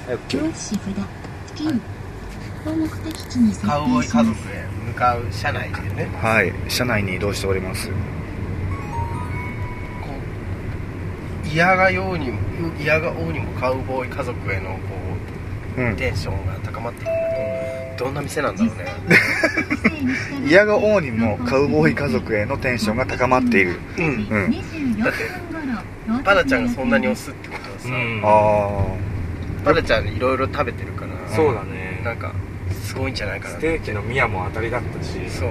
教師札金目的地に設定します。 カウボーイ家族へ向かう車内でね、 はい、車内に移動しております。 こう嫌がおうにもカウボーイ家族へのこう、テンションが高まっていくんだけど、どんな店なんだろうね。 嫌がおうにもカウボーイ家族へのテンションが高まっている。 だってパダちゃんがそんなに押すってことはさ、パダちゃんいろいろ食べてるから、 そうだね、 なんかすごいんじゃないかな。 ステーキのミヤも当たりだったし、 そう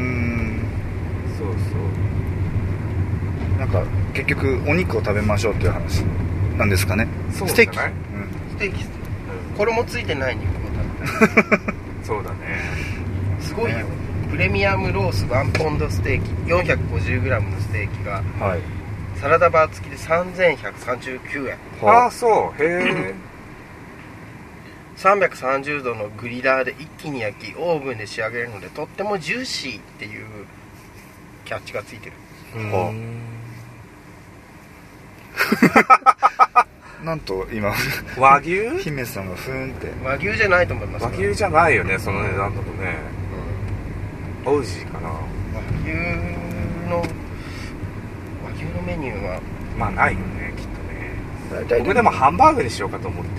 なんか結局お肉を食べましょうっていう話なんですかね。 ステーキ、 ステーキ、これもついてない肉を食べたそうだね、 すごいよ。プレミアムロース1ポンドステーキ 450g のステーキが、サラダバー付きで3139円。 ああ、そうへえ。 330度のグリラーで一気に焼きオーブンで仕上げるのでとってもジューシーっていうキャッチがついてる。 なんと今和牛姫さんがふーんって。 和牛じゃないと思います。 和牛じゃないよね、その値段だとね。オウジかな。 和牛のメニューはまあないよね、きっとね。僕でもハンバーグにしようかと思って、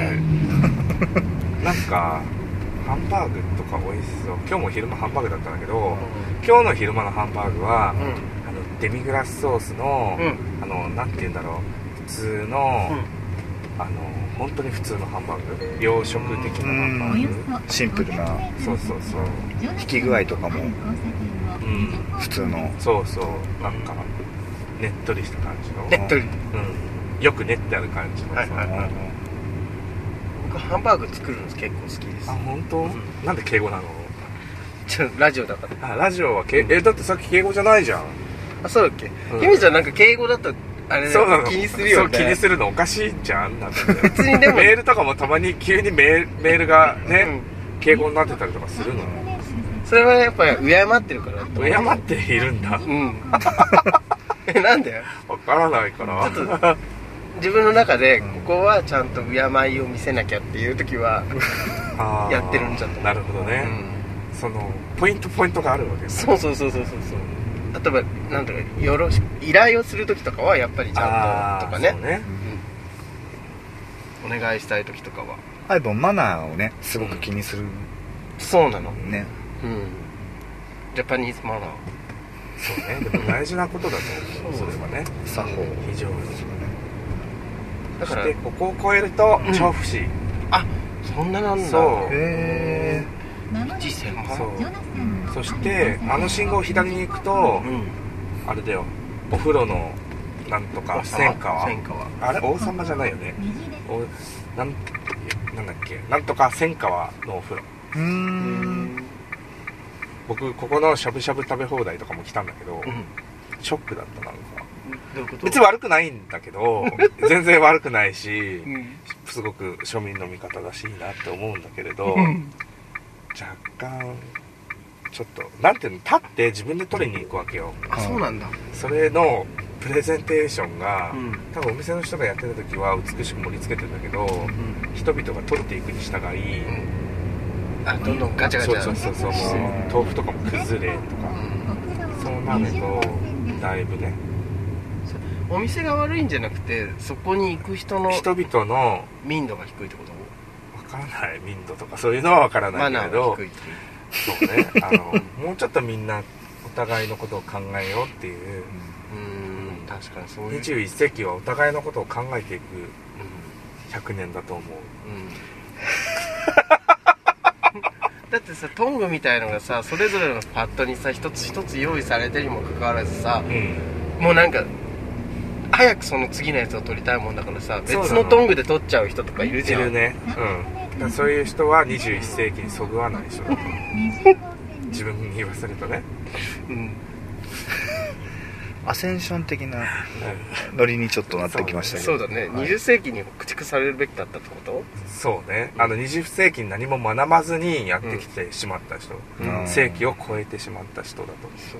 なんかハンバーグとか美味しそう。今日も昼間ハンバーグだったんだけど、今日の昼間のハンバーグは、デミグラスソースの、なんて言うんだろう、普通の、本当に普通のハンバーグ、洋食的なハンバーグ、 シンプルな、 そう引き具合とかも、普通の、 なんかねっとりした感じの、 ねっとり、 よく練ってある感じの、 僕ハンバーグ作るの結構好きです。 あ、本当？なんで敬語なの？ ラジオだから。 あ、ラジオはだってさっき敬語じゃないじゃん。 あ、そうだっけ？ひみちゃんなんか敬語だとあれ気にするよね。 そう、気にするのおかしいじゃん。なんて別にでもメールとかもたまに急にメールがね、敬語になってたりとかするの。 それはやっぱり敬ってるから。 敬っているんだ。 なんで？ わからないから。 ちょっと自分の中でここはちゃんと敬いを見せなきゃっていう時はやってるんじゃん。 なるほどね。そのポイントがあるわけです。 そう。例えばなんだろう、依頼をする時とかはやっぱりちゃんととかね。お願いしたい時とかは。 でもマナーをねすごく気にする。 そうなのね。 ジャパニーズマナー。 そうね。でも大事なことだと思う。それはね。 作法非常に。 だからここを超えると調布市。 あ、そんななんだ。 そう。 へえ。 そして信号を左に行くと、あれだよ、お風呂のなんとか千川、あれ王様じゃないよね、なんだっけ、なんとか千川のお風呂。僕ここのしゃぶしゃぶ食べ放題とかも来たんだけど、ショックだった。なんか別に悪くないんだけど全然悪くないし、すごく庶民の味方だしいいなって思うんだけれど、若干ちょっとなんていうの、立って自分で取りに行くわけよ。 あ、そうなんだ。 それのプレゼンテーションが、多分お店の人がやってた時は美しく盛り付けてんだけど、人々が取っていくに従い、 どんどんガチャガチャ、 そう豆腐とかも崩れとか、そうなるとだいぶね、 お店が悪いんじゃなくてそこに行く人々 の民度が低いってこと？ わからない。民度とかそういうのはわからないけれど、 マナーが低いっていう。 そうね。もうちょっとみんなお互いのことを考えようっていう。 確かにそういう。 21世紀はお互いのことを考えていく100年だと思う。 だってさ、トングみたいのがさ、それぞれのパッドにさ一つ一つ用意されてにもかかわらずさ、もうなんか早くその次のやつを取りたいもんだからさ、別のトングで取っちゃう人とかいるじゃん。 いるね。そういう人は21世紀にそぐわない人だと自分に言わせるとね。 アセンション的なノリにちょっとなってきましたけど。 そうだね。20世紀に駆逐されるべきだったってこと？ そうね。20世紀に何も学ばずにやってきてしまった人、世紀を超えてしまった人だと。 そう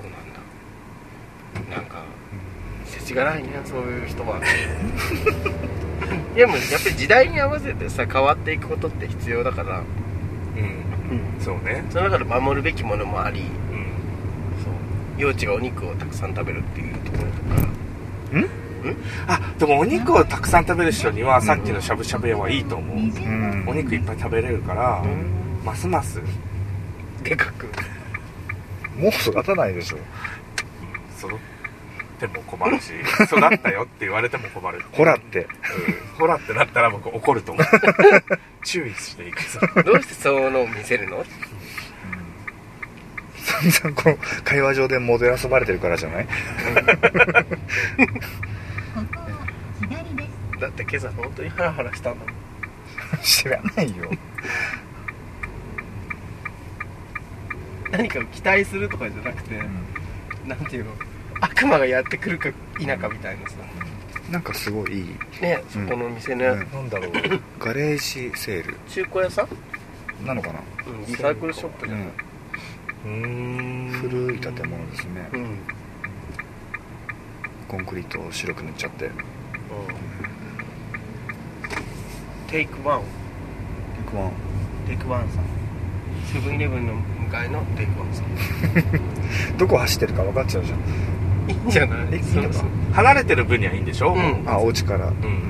なんだ。なんか世知がないね、そういう人は。 いやもうやっぱり時代に合わせてさ変わっていくことって必要だから、 そうね。 その中で守るべきものもあり、そう幼稚がお肉をたくさん食べるっていうところとか。 でもお肉をたくさん食べる人にはさっきのしゃぶしゃぶ屋はいいと思う。お肉いっぱい食べれるから、ますますでかくもう育たないでしょ。 育っても困るし、育ったよって言われても困る。 ほらって、 ほらってなったら僕怒ると思う。注意していくぞ。 どうしてそういうのを見せるの？ 散々この会話上でもてあそばれてるからじゃない？ だって今朝本当にハラハラしたんだもん。 知らないよ。 何かを期待するとかじゃなくて、なんていうの、悪魔がやってくるか否かみたいなさ、 なんかすごいいいね、そこの店ね、なんだろう、 ガレージセール中古屋さんなのかな、 リサイクルショップじゃない、 古い建物ですね、コンクリートを白く塗っちゃって、 テイクワンさん、セブンイレブンの向かいのテイクワンさん。 どこ走ってるか分かっちゃうじゃん。 いいんじゃない？ いいのか。 離れてる分にはいいんでしょ？ お家から。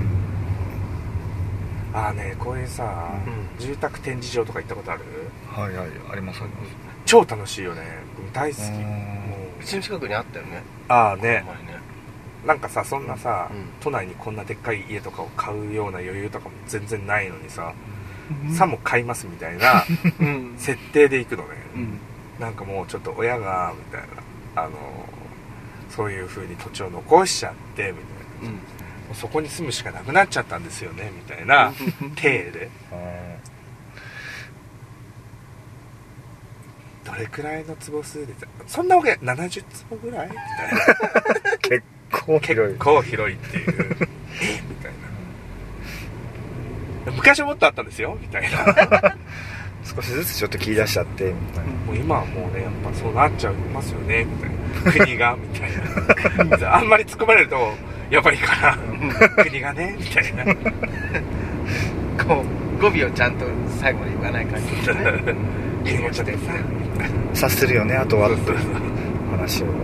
こういうさ、住宅展示場とか行ったことある？ はいはい、ありますあります。 超楽しいよね。大好き。もうちの近くにあったよね。 なんかさ、そんなさ、都内にこんなでっかい家とかを買うような余裕とかも全然ないのにさ、さも買いますみたいな設定で行くのね、なんかもうちょっと親がみたいな、そういう風に土地を残しちゃってみたいな、もうそこに住むしかなくなっちゃったんですよねみたいな体でどれくらいの坪数でそんなわけ70坪ぐらいみたいな結構広いっていうみたいな、昔はもっとあったんですよみたいな少しずつちょっと切り出しちゃってみたいな、 もう今はもうねやっぱそうなっちゃいますよねみたいな、国がみたいなあんまり突っ込まれるとやばいから国がねみたいなこう語尾をちゃんと最後に言わない感じでね気持ちでさせるよね、あとはって話を。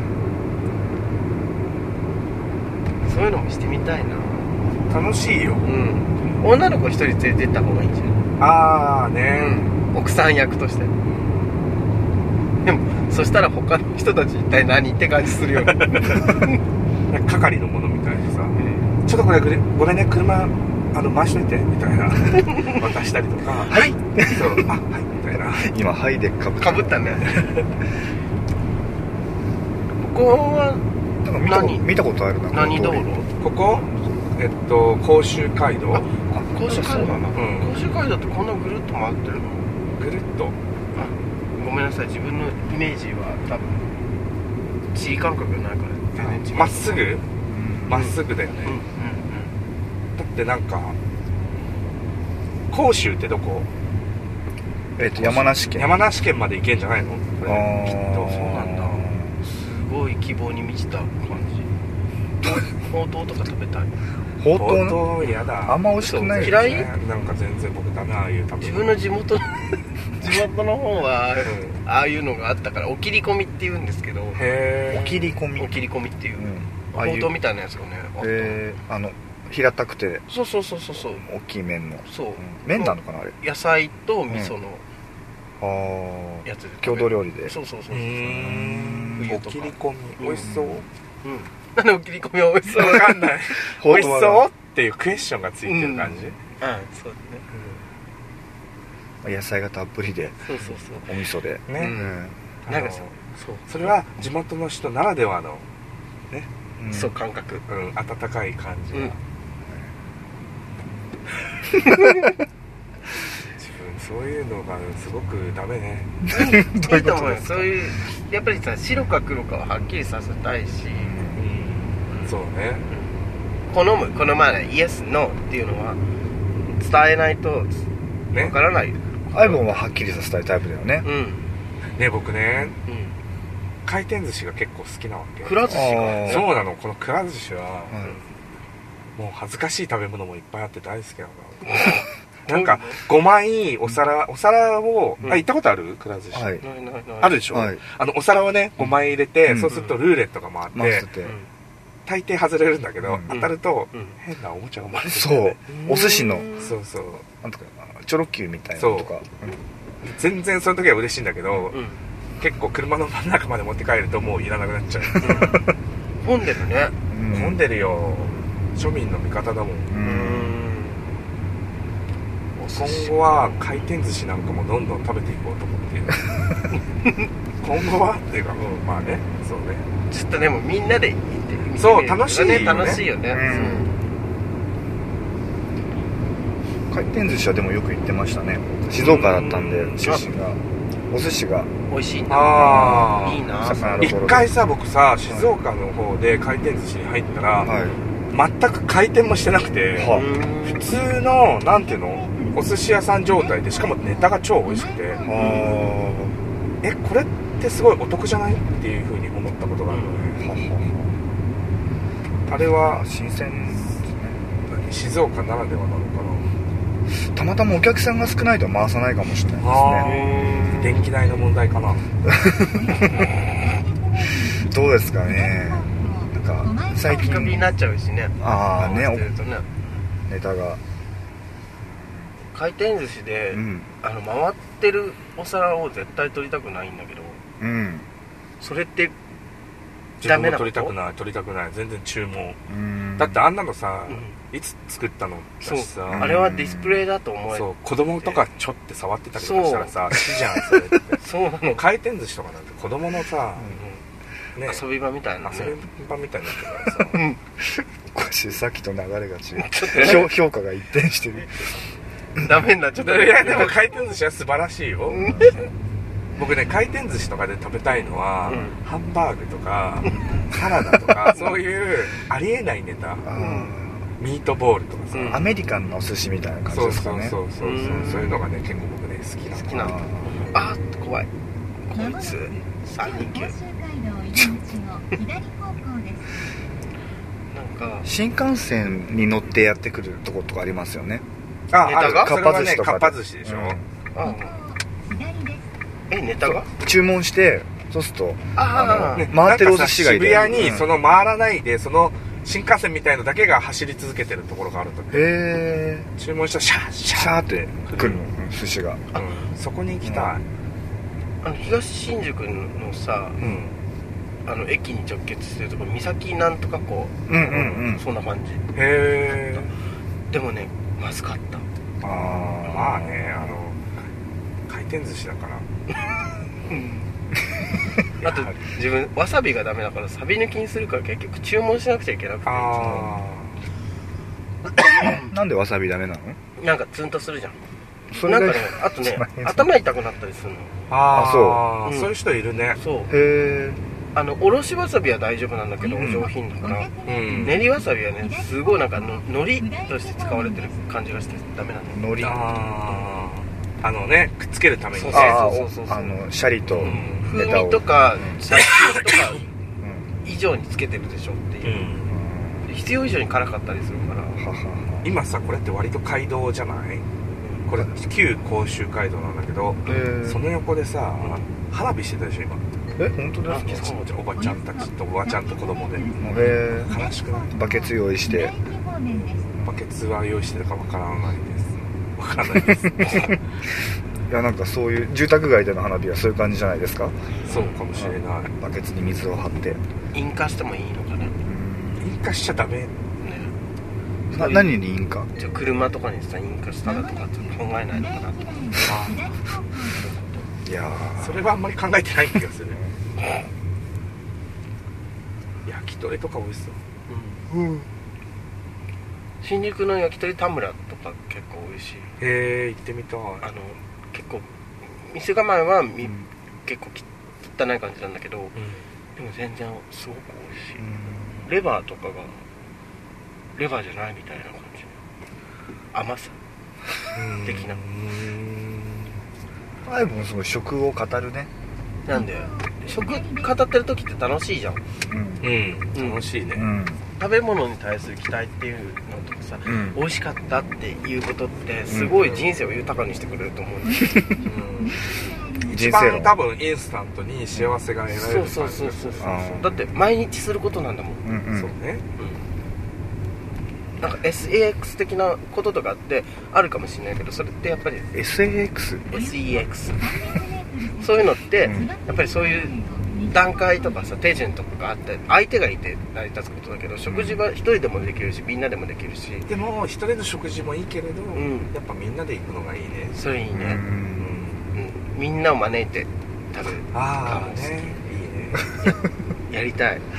そういうのもしてみたいな。 楽しいよ。 女の子一人連れてった方がいいんじゃない？奥さん役として。でもそしたら他の人たち一体何って感じするよね。 係のものみたいにさ、ちょっとこれごめんね、車回しといてみたいな渡したりとかはいそうはいみたいな、 今はいでかぶったね。ここは見たことあるな。 何道路？ ここ甲州街道。 甲州街道なんだ。甲州街道ってこんなぐるっと回ってるの？ ぐるっと。 ごめんなさい、自分のイメージは多分地位感覚がないから全然違う。 まっすぐ？まっすぐだよね。だってなんか甲州ってどこ？ 山梨県まで行けんじゃないの？きっとそうなんだ。 すごい希望に満ちた感じ。ほうとうとか食べたい。 ほうとうやだ。 あんま美味しくない。 嫌い？ なんか全然僕ダメ、ああいう食べ物。 自分の地元の方はああいうのがあったからお切り込みって言うんですけど。 お切り込みっていうほうとうみたいなやつがねあった。 平たくてそう大きい麺の。 そう麺なのかなあれ。 野菜と味噌のやつで郷土料理で。 そうお切り込み美味しそう。 なんでお切り込みは美味しそう？ わかんない。美味しそうっていうクエスチョンがついてる感じ。 そうだね。 野菜がたっぷりでお味噌でね。 なんかそれは地元の人ならではのね、 そう感覚、 温かい感じが。自分そういうのがすごくダメね。 いいと思うよ。そういうやっぱりさ、白か黒かをはっきりさせたいし、 そうね。 好まない、イエスノーっていうのは伝えないとわからないよ。 アイボンははっきりさせたいタイプだよね。 ね、僕ね、回転寿司が結構好きなわけ。 くら寿司が。 そうなの。このくら寿司はもう恥ずかしい食べ物もいっぱいあって大好きなのなんか5枚お皿を、行ったことある？くら寿司、 はい、 あるでしょ、はい、お皿をね5枚入れて、そうするとルーレットが回って、大抵外れるんだけど、当たると変なおもちゃが生まれてる、ね、 そうお寿司のそうなんとかチョロ Q みたいなのとか、 全然その時は嬉しいんだけど、結構車の真ん中まで持って帰るともういらなくなっちゃう、 混んでるね、 混んでるよ、庶民の味方だもん。今後は回転寿司なんかもどんどん食べていこうと思っている今後はっていうか、まあね、そうね、 ちょっとでもみんなで行ってみて、 そう楽しいよね、 楽しいよね、 回転寿司はでもよく行ってましたね。静岡だったんで、出身がお寿司が美味しいんだ。いいな。 一回さ、僕さ、静岡の方で回転寿司に入ったら、全く回転もしてなくて、普通のなんていうの、お寿司屋さん状態で、しかもネタが超美味しくて、これってすごいお得じゃないっていう風に思ったことがあるのね。あれは新鮮ですね。 静岡ならではなのかな。 たまたまお客さんが少ないと回さないかもしれないですね。 電気代の問題かなどうですかね。なんか最近ピカピになっちゃうしね。 ネタが回転寿司で、回ってるお皿を絶対取りたくないんだけど、それってダメなこと？ 自分も取りたくない全然注文、だってあんなのさ、いつ作ったのだしさ、 あれはディスプレイだと思えて、 そう子供とかちょって触ってたりとかしたらさ、死じゃんそれってそうなの。 回転寿司とかなんて子供のさ、 遊び場みたいな、 遊び場みたいになってるからさおかしい、さっきと流れが違う評価が一転してるダメになっちゃった。 いやでも回転寿司は素晴らしいよ僕ね、回転寿司とかで食べたいのは、ハンバーグとかサラダとかそういうありえないネタ、ミートボールとかさ、 アメリカンのお寿司みたいな感じですかね。 そういうのがね結構僕ね好きなの。 あー怖い、こいつ329なんか新幹線に乗ってやってくるとことかありますよね。 ネタがかっぱ寿司とかかっぱ寿司でしょ、 ネタが注文して、そうすると回ってるお寿司がいて、渋谷にその回らないで、その新幹線みたいのだけが走り続けてるところがあるんだって。注文したらシャーシャーって来るの、寿司が。 そこに行きたい。 東新宿のさ、駅に直結してるところ、三崎なんとかこう、そんな感じ。でもね、まずかった。 まあね、回転寿司だからあと自分わさびがダメだからサビ抜きにするから結局注文しなくちゃいけなくて、 なんでわさびダメなの？ なんかツンとするじゃん。なんかね、あとね頭痛くなったりするの。 そういう人いるね。 そう。おろしわさびは大丈夫なんだけど、お上品だから、練りわさびはね、すごいなんか海苔として使われてる感じがしてダメなの。 海苔ね、くっつけるためにね、 シャリと風味とか雑菌とか以上につけてるでしょっていう、必要以上に辛かったりするから。 今さ、これって割と街道じゃない？これ旧甲州街道なんだけど、その横でさ、花火してたでしょ今。 本当ですか？ おばちゃんたちとおばちゃんと子供で。悲しくない？ バケツ用意して。 バケツは用意してるかわからないです。わからないですいや、なんかそういう住宅街での花火はそういう感じじゃないですか？ そうかもしれない。 バケツに水を張って引火してもいいのかな。 引火しちゃダメね。 何に引火？ じゃあ車とかにさ引火したらとかって考えないのかなと。 いやそれはあんまり考えてない気がする焼き鳥とか美味しそう。 新宿の焼き鳥田村とか結構美味しい。 行ってみたい。 結構店構えは、結構汚い感じなんだけど、でも全然すごく美味しい。レバーとかがレバーじゃないみたいな感じ、甘さ的な。 でもすごい食を語るね。 なんで食語ってる時って楽しいじゃん。 楽しいね。 食べ物に対する期待っていうのとかさ、美味しかったっていうことってすごい人生を豊かにしてくれると思うんだよ、 一番多分インスタントに幸せが得られる。 そうだって毎日することなんだもん。 そうね。 なんか SAX 的なこととかってあるかもしれないけど、それってやっぱり SAX？ SEX そういうのってやっぱりそういう段階とかさ、手順とかがあって相手がいて成り立つことだけど、食事は一人でもできるしみんなでもできるし、 でも一人の食事もいいけれど、やっぱみんなで行くのがいいね。 それいいね。みんなを招いて食べる。 ああね、いいね。 やりたい。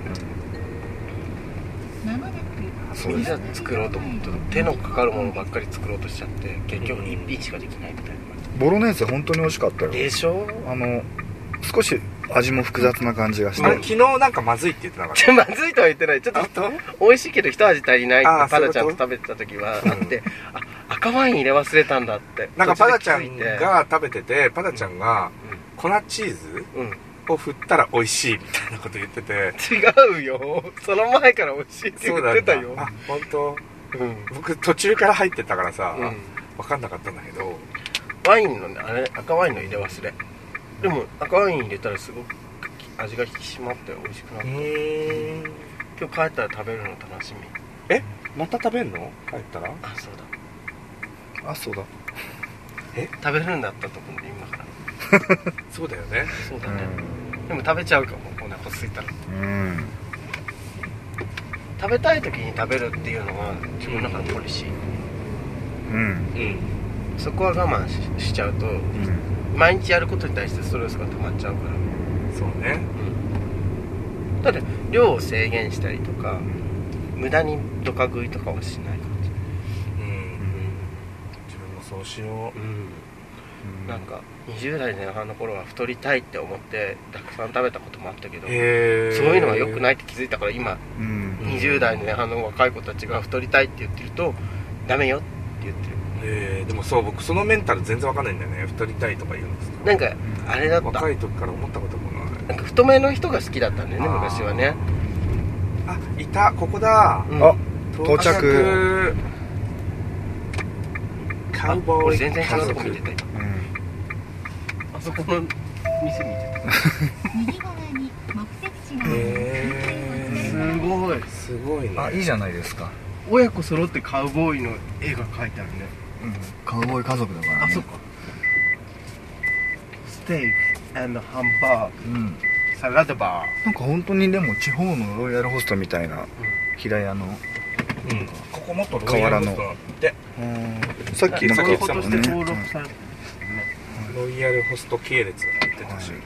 みんな作ろうと思うと手のかかるものばっかり作ろうとしちゃって結局一品しかできないみたいな。 ボロネーゼ本当に美味しかったよ。 でしょ。 少し味も複雑な感じがして。 昨日なんかまずいって言ってなかった？ まずいとは言ってない。ちょっと美味しいけど一味足りないってパダちゃんと食べてた時はあって、赤ワイン入れ忘れたんだって。 なんかパダちゃんが食べてて、パダちゃんが粉チーズを振ったら美味しいみたいなこと言ってて。 違うよ、その前から美味しいって言ってたよ。 あ、本当。僕途中から入ってたからさ、分かんなかったんだけど、 ワインのね、あれ赤ワインの入れ忘れ。でも赤ワイン入れたらすごく味が引き締まって美味しくなった。今日帰ったら食べるの楽しみ。 また食べんの？帰ったら？ そうだ。 食べるんだったと思うんで今から。 そうだよね。 そうだね。でも食べちゃうかも、お腹空いたら。食べたい時に食べるっていうのが自分の中のポリシー。そこは我慢 しちゃうと、毎日やることに対してストレスが溜まっちゃうから。 そうね。 だって量を制限したりとか、無駄にドカ食いとかはしない感じ。 自分もそうしよう。 なんか20代前半の頃は太りたいって思ってたくさん食べたこともあったけど、そういうのは良くないって気づいたから今、20代前半の若い子たちが太りたいって言ってるとダメよって言ってる。 でもそう僕そのメンタル全然わかんないんだよね。太りたいとか言うんですか。 なんかあれだった。 若い時から思ったこともない。 なんか太めの人が好きだったんだよね昔はね。 いた、ここだ。 到着。 カウボーイ全然違うとこ見てた。あそこの店見てた。 右側に目的地がすごいね。 いいじゃないですか。 親子揃ってカウボーイの絵が描いてあるね。 カウボーイ家族だからね。 あ、そっか。ステーキ&ハンバーグ、サラダバー。 なんか本当にでも地方のロイヤルホストみたいな平屋の、 ここもっとロイヤルホストって。 さっきなんかとして登録されてる。 ロイヤルホスト系列が出てたし、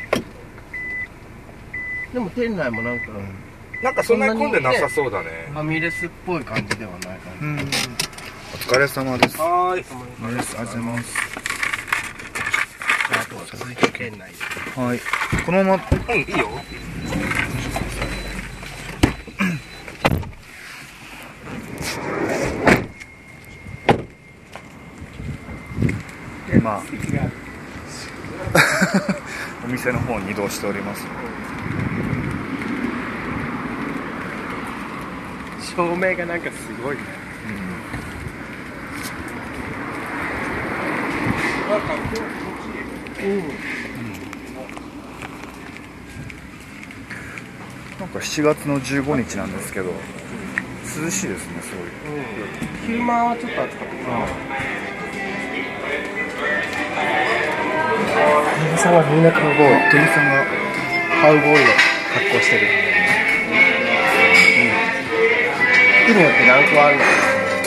でも店内もなんかそんなに混んでなさそうだね。 ファミレスっぽい感じではない感じ。 お疲れ様です。 はい、 ありがとうございます。 あとは続いて店内で。 はい、このままいいよ。 お店の方に移動しております。 照明がなんかすごいね。 なんか7月の15日なんですけど、涼しいですね、すごい。 昼間はちょっと暑かったけど。店員さんはみんなカウボーイ。 店員さんがカウボーイの格好してる。服によってランクはあるのかな。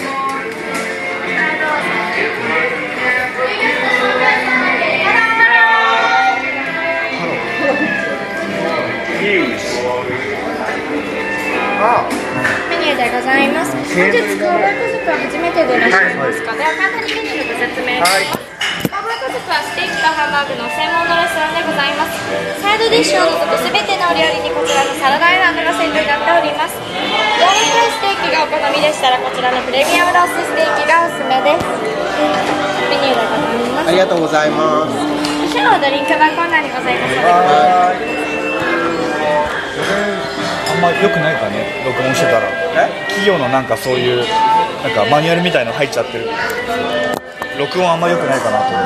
メニューでございます。本日カウボーイ家族は初めてでいらっしゃいますか？では簡単にメニューのご説明します。カウボーイ家族はステーキとハンバーグの専門のレストランでございます。サイドディッシュを除くすべてのお料理にこちらのサラダアイランドがセットになっております。ロールフライステーキがお好みでしたらこちらのプレミアムロースステーキがおすすめです。メニューでございます。 ありがとうございます。 後ろのドリンクバーコーナーにございますので。 んま良くないかね、録音してたら。企業のなんかそういうなんかマニュアルみたいの入っちゃってる。録音あんま良くないかなと思って。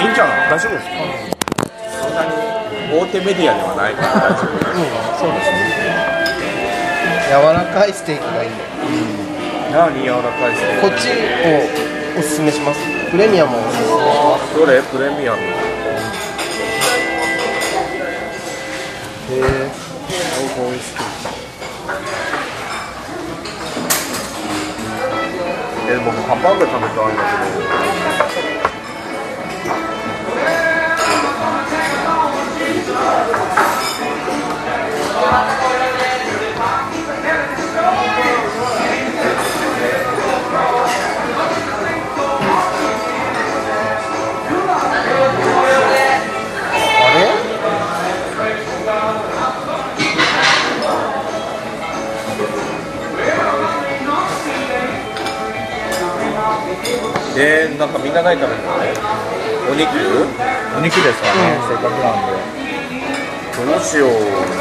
いいんじゃない？大丈夫ですか？そんなに大手メディアではないから大丈夫。 そうですね。柔らかいステーキがいい。 何柔らかいステーキ？ こっちをおすすめします。プレミアムをおすすめします。 どれ？プレミアム。 へえ。 美味しい。僕ハンバーグ食べたいんだけど。なんかみんな何食べるの？お肉？ お肉ですかね、せっかくなんで。 どうしよう。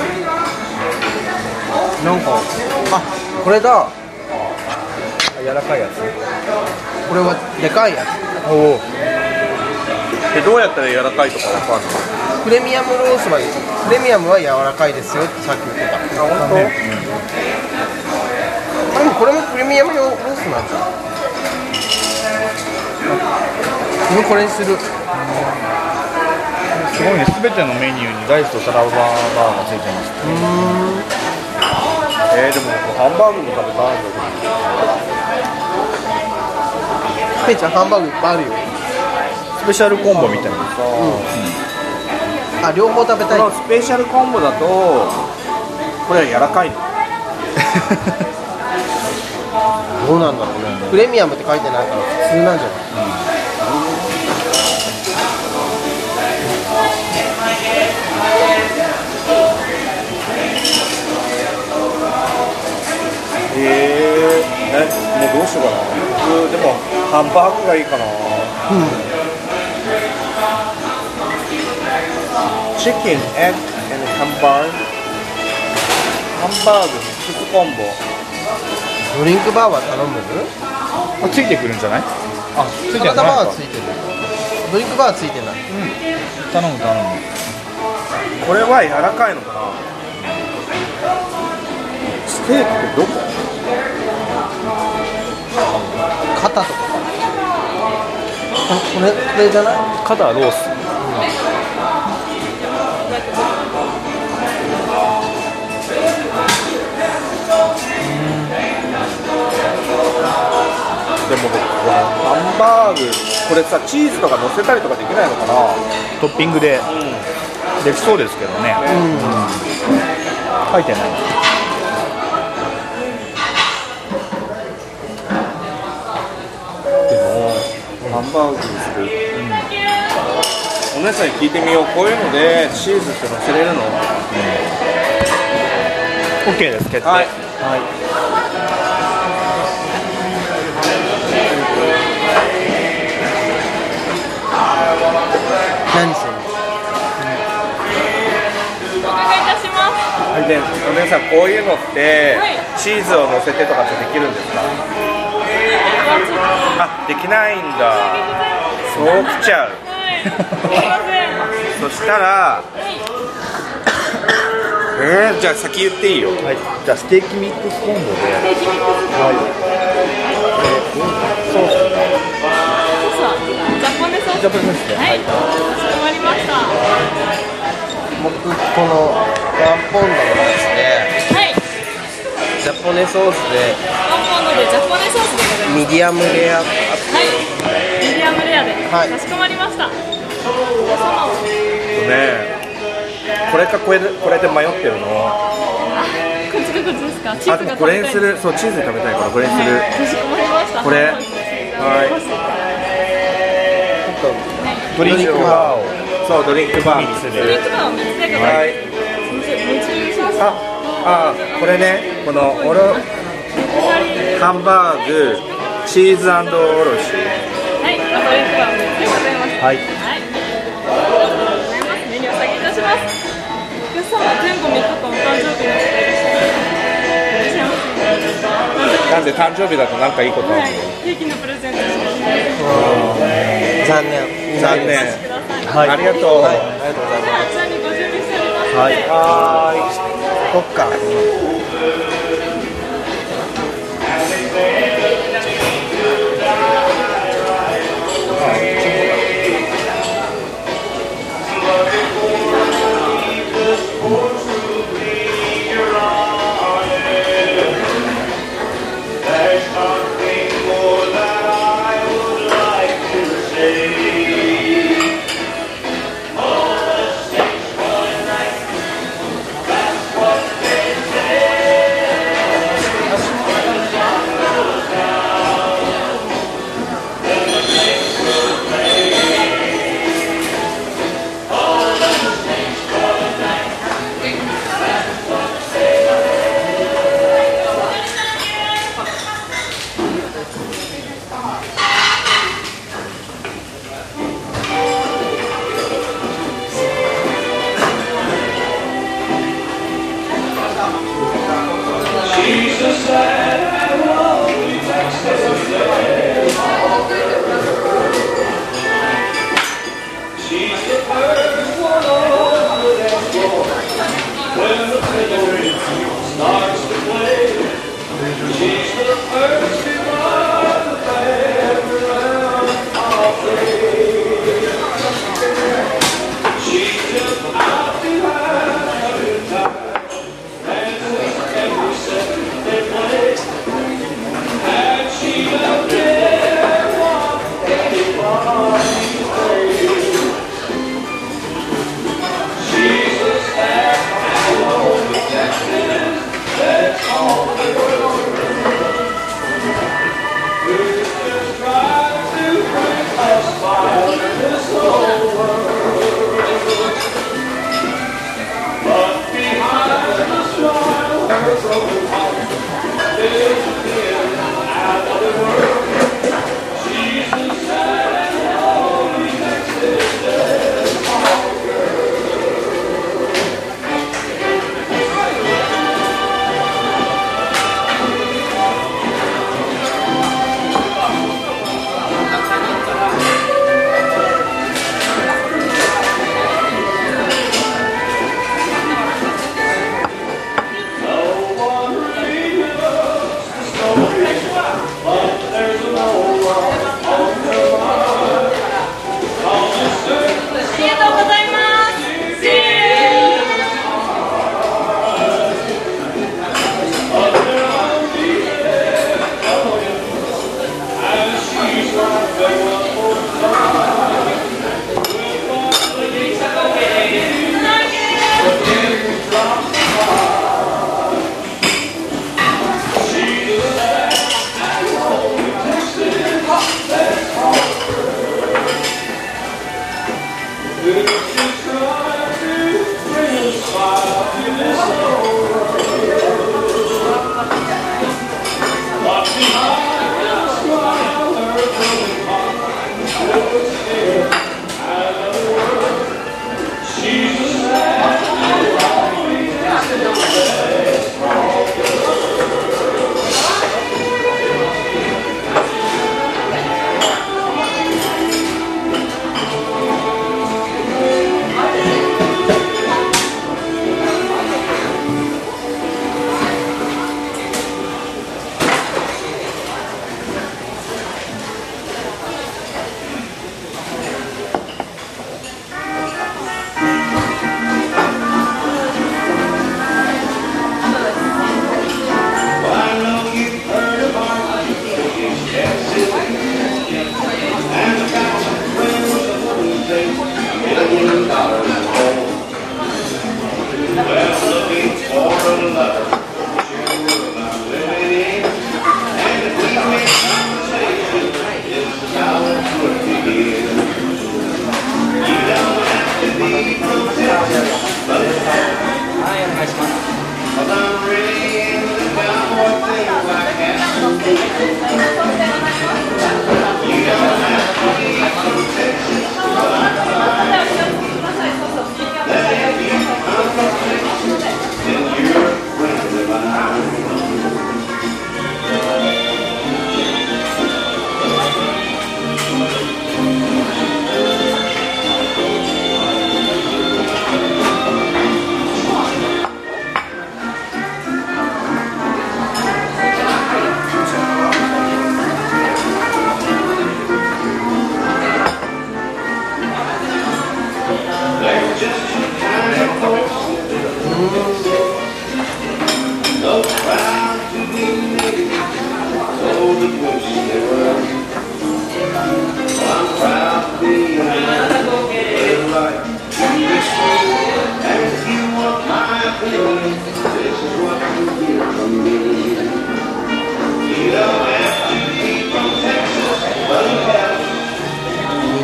なんか、あ、これだ。 柔らかいやつ。 これはでかいやつ。 おお。 どうやったら柔らかいとかわかんない？ プレミアムロースはプレミアムは柔らかいですよってさっき言ってた。 あ、本当？ でもこれもプレミアムロースなんだ。これにする。すごいね、すべてのメニューにライスとサラダバーがついてます。 でもハンバーグも食べたいんだけど。 ペイちゃんハンバーグいっぱいあるよ。 スペシャルコンボみたいな。 あ、両方食べたい。 このスペシャルコンボだとこれは柔らかいの？ どうなんだろうね。プレミアムって書いてないから普通なんじゃない？ もうどうしようかな。僕でもハンバーグがいいかな。チキン、エッグ、ハンバーグ。ハンバーグミックスコンボ。 ドリンクバーは頼む？ あ、ついてくるんじゃない？あ、ついてない。 サラダバーはついてる。ドリンクバーはついてない。 頼む。 これは柔らかいのかな。ステーキってどこ？ 肩とかこれじゃない？ 肩はロース。 でもハンバーグこれさ、チーズとか乗せたりとかできないのかな？ トッピングでできそうですけどね。書いてない。 ハンバーグにする、お姉さんに聞いてみよう。こういうのでチーズって乗せれるの？ OK です、決定。 はい、 何するの？ お伺いいたします。 で、お姉さんこういうのって、チーズを乗せてとかってできるんですか？あ、できないんだ。そうきちゃう。そしたら、じゃあ先言っていいよ。 はい、じゃあステーキミックスコンボで。 ソースはジャポネソース。 ジャポネソースで。 はい、かしこまりました。 僕このワンポンドのやつで、 はい、 ジャポネソースでワンポンドでジャポネソースでございます。 ミディアムレア。 はい、ミディアムレアで、 はい、 かしこまりました。 これかこれで迷ってるの。 こっちかこっちですか？チーズがこれにする。そう、チーズ食べたいからこれにする。 かしこまりました。 これ。はい。 ドリンクバーを。 そう、ドリンクバー3つで。 ドリンクバーを3つでございます。 はい。 すみません、もう一度します。 これね、このハンバーグ、チーズ&おろし。 はい、ドリンクバー3つでございます。 はい。 メニューをお下げいたします。お客様、前後3日間お誕生日の方いらっしゃいますか？ なんで誕生日だとなんかいいことあるの？ ケーキのプレゼントしか残念。 残念。 はい、 ありがとう。 はい、ありがとうございます。 あちらにご準備しております。 はい、 そっか。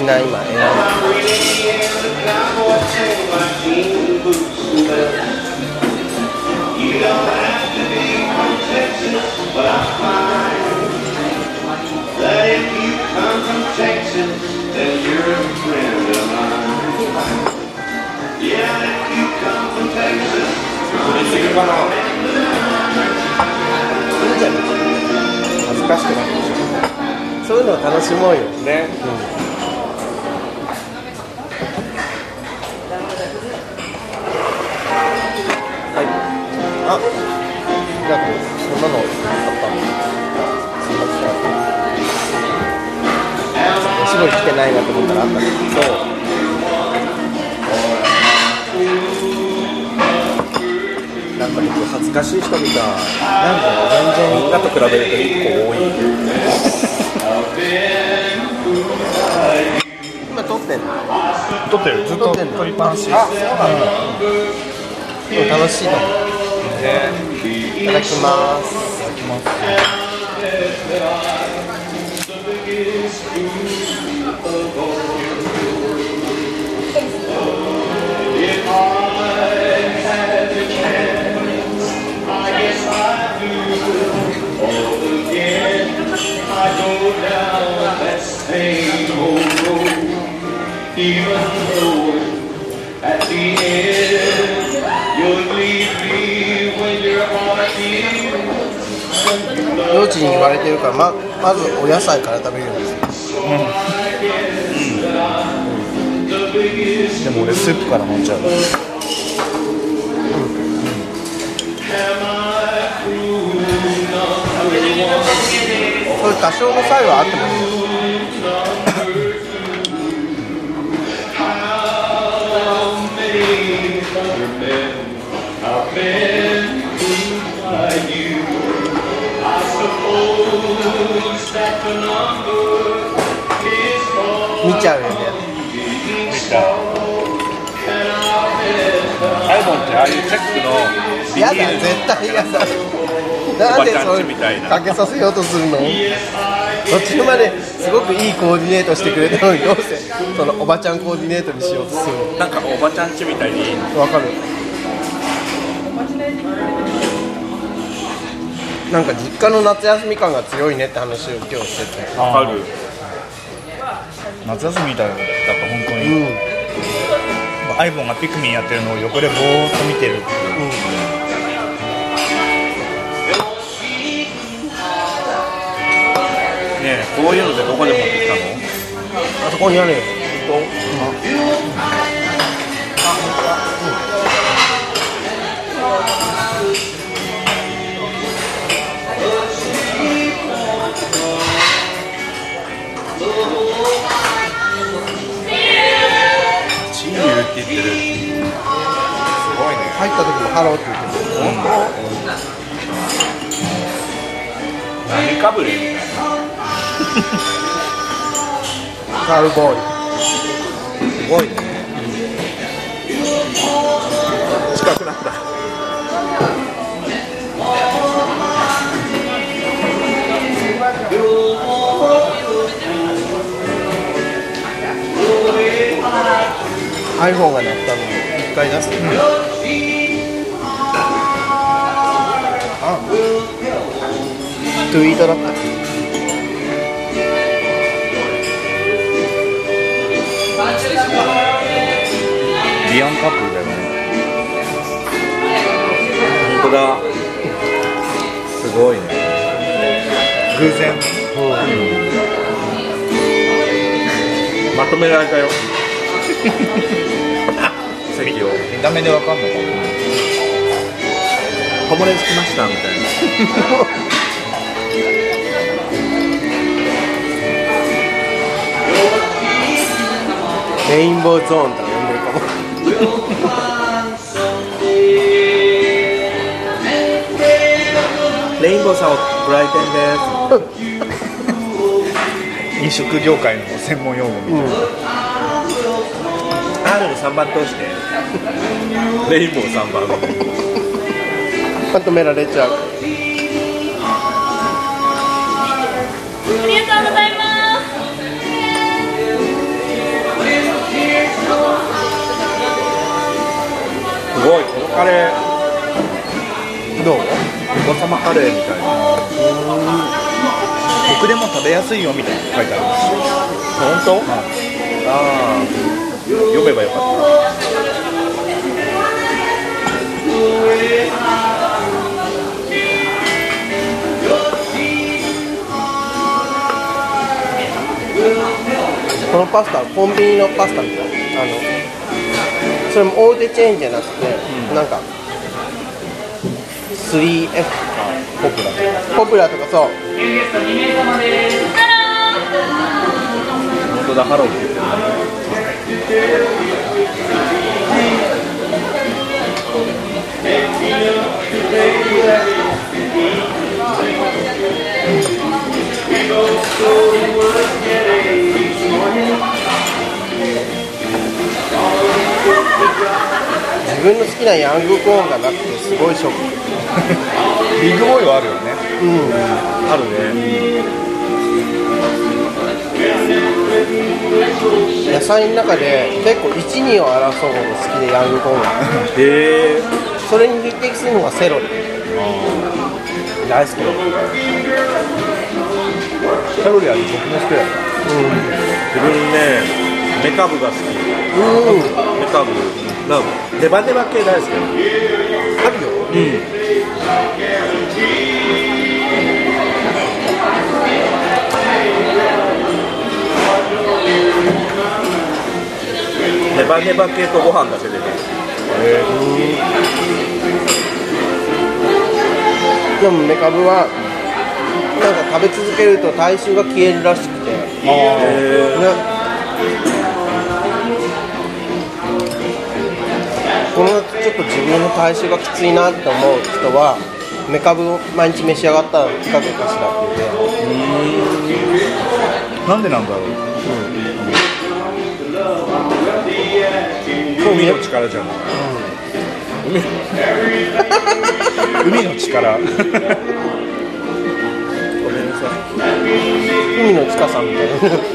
な今選んだ。 恥ずかしくないでしょ。 そういうのを楽しもうよね。 はい。あ、じゃあそんなのあったの。すいません。おしぼり来てないなと思ったらあったね。そう。 なんか僕恥ずかしい人みたい。なんか全然みんなと比べると1個多い。 今撮ってんの？ 撮ってる、ずっと撮りっぱなし。 あ、そうなんだ。でも楽しいと思う。いただきます。いただきます。幼稚に言われてるから、まずお野菜から食べるんですよ。 でも俺スープから飲んじゃう。 それ多少の差異はあってもいいよ。見ちゃうよね。 アイボンってああいうチェックのやだ、絶対やだ。なんでそうかけさせようとするの？途中まですごくいいコーディネートしてくれたのに、どうしてそのおばちゃんコーディネートにしようとするの？ なんかおばちゃんちみたいにいいの。 わかる。なんか実家の夏休み感が強いねって話を今日してて。 わかる。 夏休みみたいだった本当に。アイボンがピクミンやってるのを横でぼーっと見てる。 ねえ、こういうのでどこで持ってきたの？ あそこにあるよ。 チーユーって言ってる。すごいね。 入った時もハローって言ってる。 何かぶれみたいな。 カウボーイ。すごいね。 近くなった。 iPhone が鳴ったのに一回出す。あ、ツイートだった。 ビアンカップルだよね。 本当だ。すごいね。 偶然。 まとめられたよ。席を見た目でわかんのかな。 こぼれつきましたみたいな。 レインボーゾーンとか呼んでるかも。 レインボーさんをご来店です。 飲食業界の専門用語みたいな。 R の3番通してレインボー3番まとめられちゃう。 ありがとうございます。 カレーどう？ お子様カレーみたいな。僕でも食べやすいよみたいな書いてあるんですよ。 本当？ああ、読めばよかった。 このパスタはコンビニのパスタみたいな、それも大手チェーンじゃなくて、なんか 3F とかポプラとかそう。 本当だ、ハローって言ってる。 自分の好きなヤングコーンがなくてすごいショック。 ビッグボーイはあるよね。 あるね。 野菜の中で結構1、2を争うほど好きでヤングコーンがそれに匹敵するのがセロリ。大好きだよ。 セロリは僕も好きだよ。 自分ね、メカブが好き。メカブなんかネバネバ系大好きだよ。 あるよ。 ネバネバ系とご飯だけでね。 でもメカブはなんか食べ続けると体臭が消えるらしくて、この夏ちょっと自分の体臭がきついなって思う人はメカブを毎日召し上がったらいかがかしらって言って。 なんでなんだろう。 海の力じゃん。 海の力。 海の近さみたいな。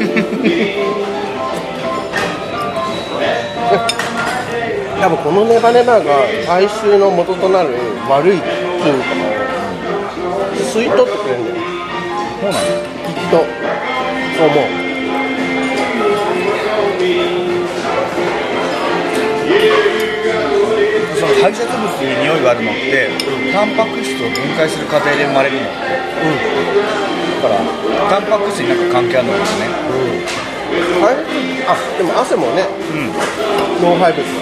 多分このネバネバが体臭の元となる悪い菌とかを吸い取ってくれるんだよ。 そうなの？ きっとそう思う。 その排泄物に匂いがあるのってタンパク質を分解する過程で生まれるのって、だからタンパク質になんか関係あるのですね。 でも汗もね、老廃物だね。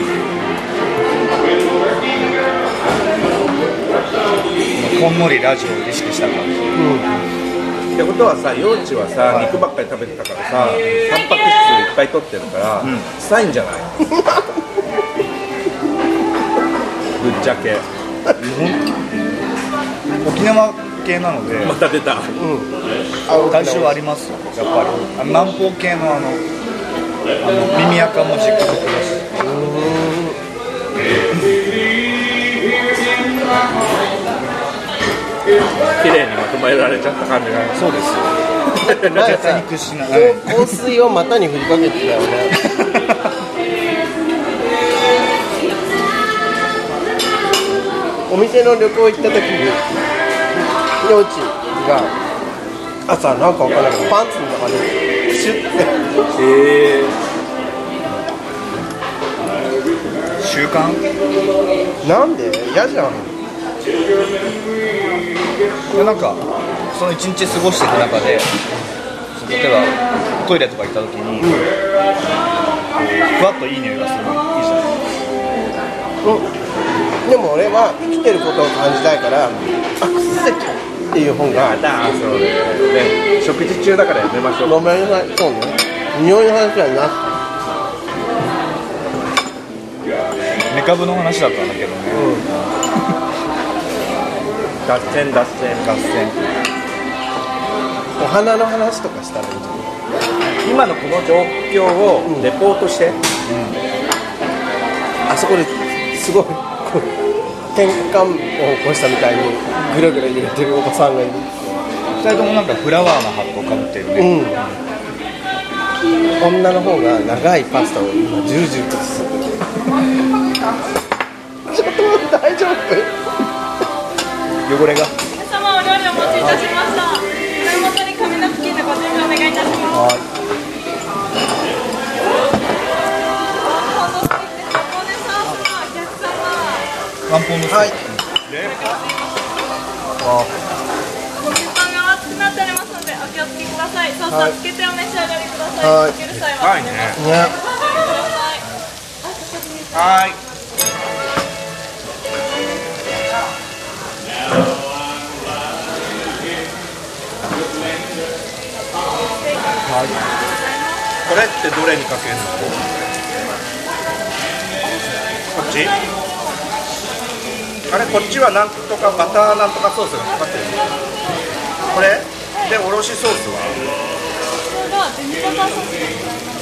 ほんのりラジオを意識した感じ。 ってことはさ、幼稚はさ、肉ばっかり食べてたからさ、タンパク質いっぱい取ってるから、臭いんじゃない？ぶっちゃけ。 沖縄系なのでまた出た。 体臭はありますよ、やっぱり。南方系の耳垢も実家的だし。 綺麗にまとめられちゃった感じが。 そうですよ。 前さ、香水を股に振りかけてたよね。お店の旅行行った時に幼稚が朝なんかわからないけどパンツの中にシュッて習慣？ なんで？嫌じゃん。 なんかその一日過ごしていく中で、例えばトイレとか行った時に、ふわっといい匂いがするのいいじゃない。 でも俺は生きてることを感じたいから「アクセク」っていう本がそうね、食事中だからやめましょう。 ごめんなさい。そうね、匂いの話はなメカブの話だったんだけどね。 脱線。 お花の話とかしたらいいんじゃない？ 今のこの状況をレポートして、 あそこですごい転換を起こしたみたいにぐるぐる揺れてるおばさんがいる。 2人ともなんかフラワーのハットをかぶってるね。 女の方が長いパスタを今ジュルジュルとする。ちょっと大丈夫？ 汚れが。 皆様お料理お持ちいたしました。お手元に紙ナプキンでご準備お願いいたします。 はい。 ハンドスティックです。ここでサースのお客様。 ワンポンド。はい。 ご鉄板が熱くなっておりますのでお気をつけください。ソースをつけてお召し上がりください。つける際はね。 はい。これってどれにかけるの？こっち？あれこっちはなんとかバターなんとかソースがかかってる。これでおろしソースは？ これがデミバターソースでございます。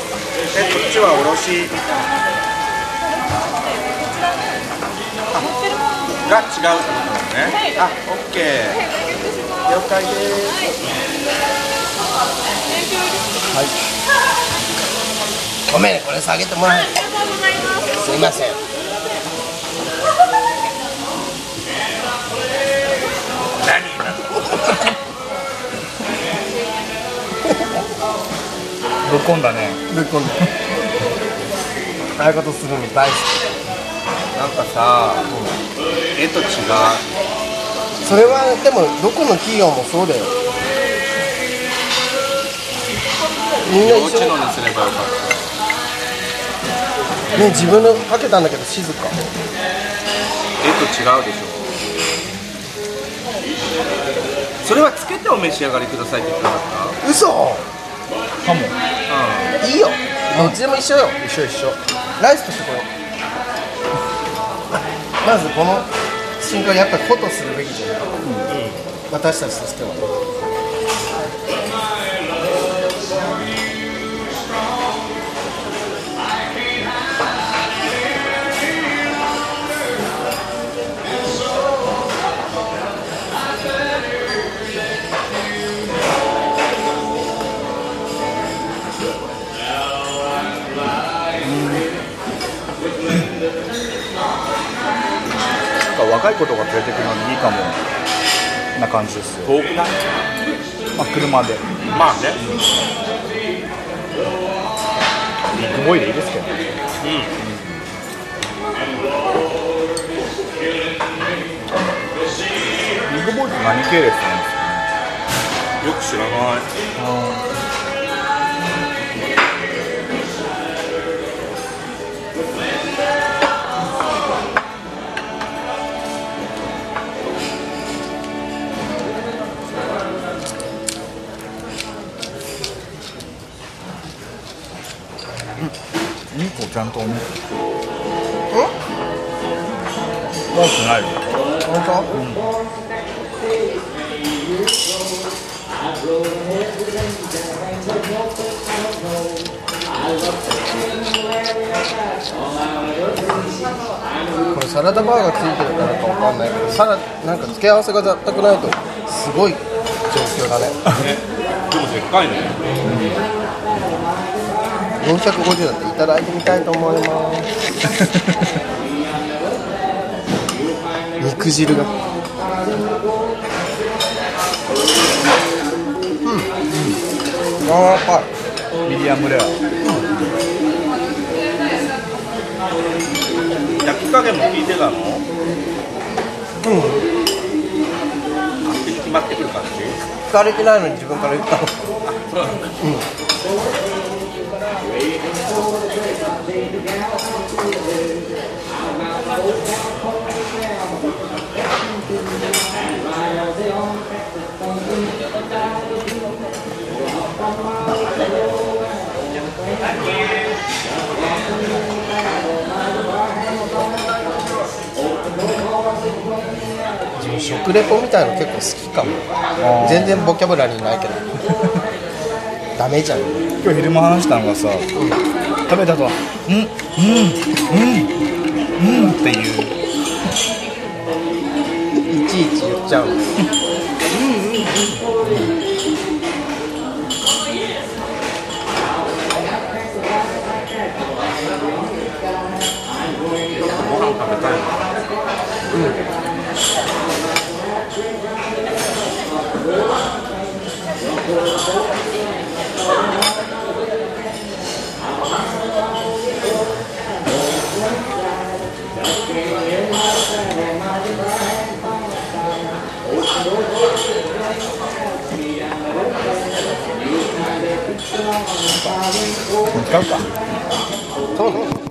こっちはおろしが違うってことだね。あ、オッケー。了解です。 はい。 ごめん、これ下げてもらえ。すいません。 ぶっこんだね。 ぶっこんだ。ああいうことするの大好き。 なんかさ、絵と違う。 それはでもどこの企業もそうだよ。みんな一緒のにすればよかった。 ね、自分のかけたんだけど静か。 絵と違うでしょ。それはつけてお召し上がりくださいって言ってなかった？ 嘘？ かも。 いいよ。どっちでも一緒よ。 一緒一緒。 ライスとしてこれ。まずこの瞬間やっぱりフォトするべきじゃない。私たちとしては。 若い子とか連れてくるのにいいかもな感じですよ。 遠くない？ まあ車で。 まあね。 ビッグボーイでいいですけどね。ビッグボーイって何系列なんですかね？ よく知らない。 ちゃんとね。悪くないよ。 本当？これサラダバーがついてるからかわかんないけど、なんか付け合わせが全くないとすごい状況だね。 でもでっかいね。 450だっていただいてみたいと思います肉汁がやばい。 ミディアムレア。 焼き加減も聞いてたの？決まってくる感じ？ 聞かれてないのに自分から言ったの。食レポみたいの結構好きかも。全然ボキャブラリーないけどダメじゃん。 今日昼間話したのがさ、食べた後はっていういちいち言っちゃう。 ご飯食べたいな。 使うか。 そう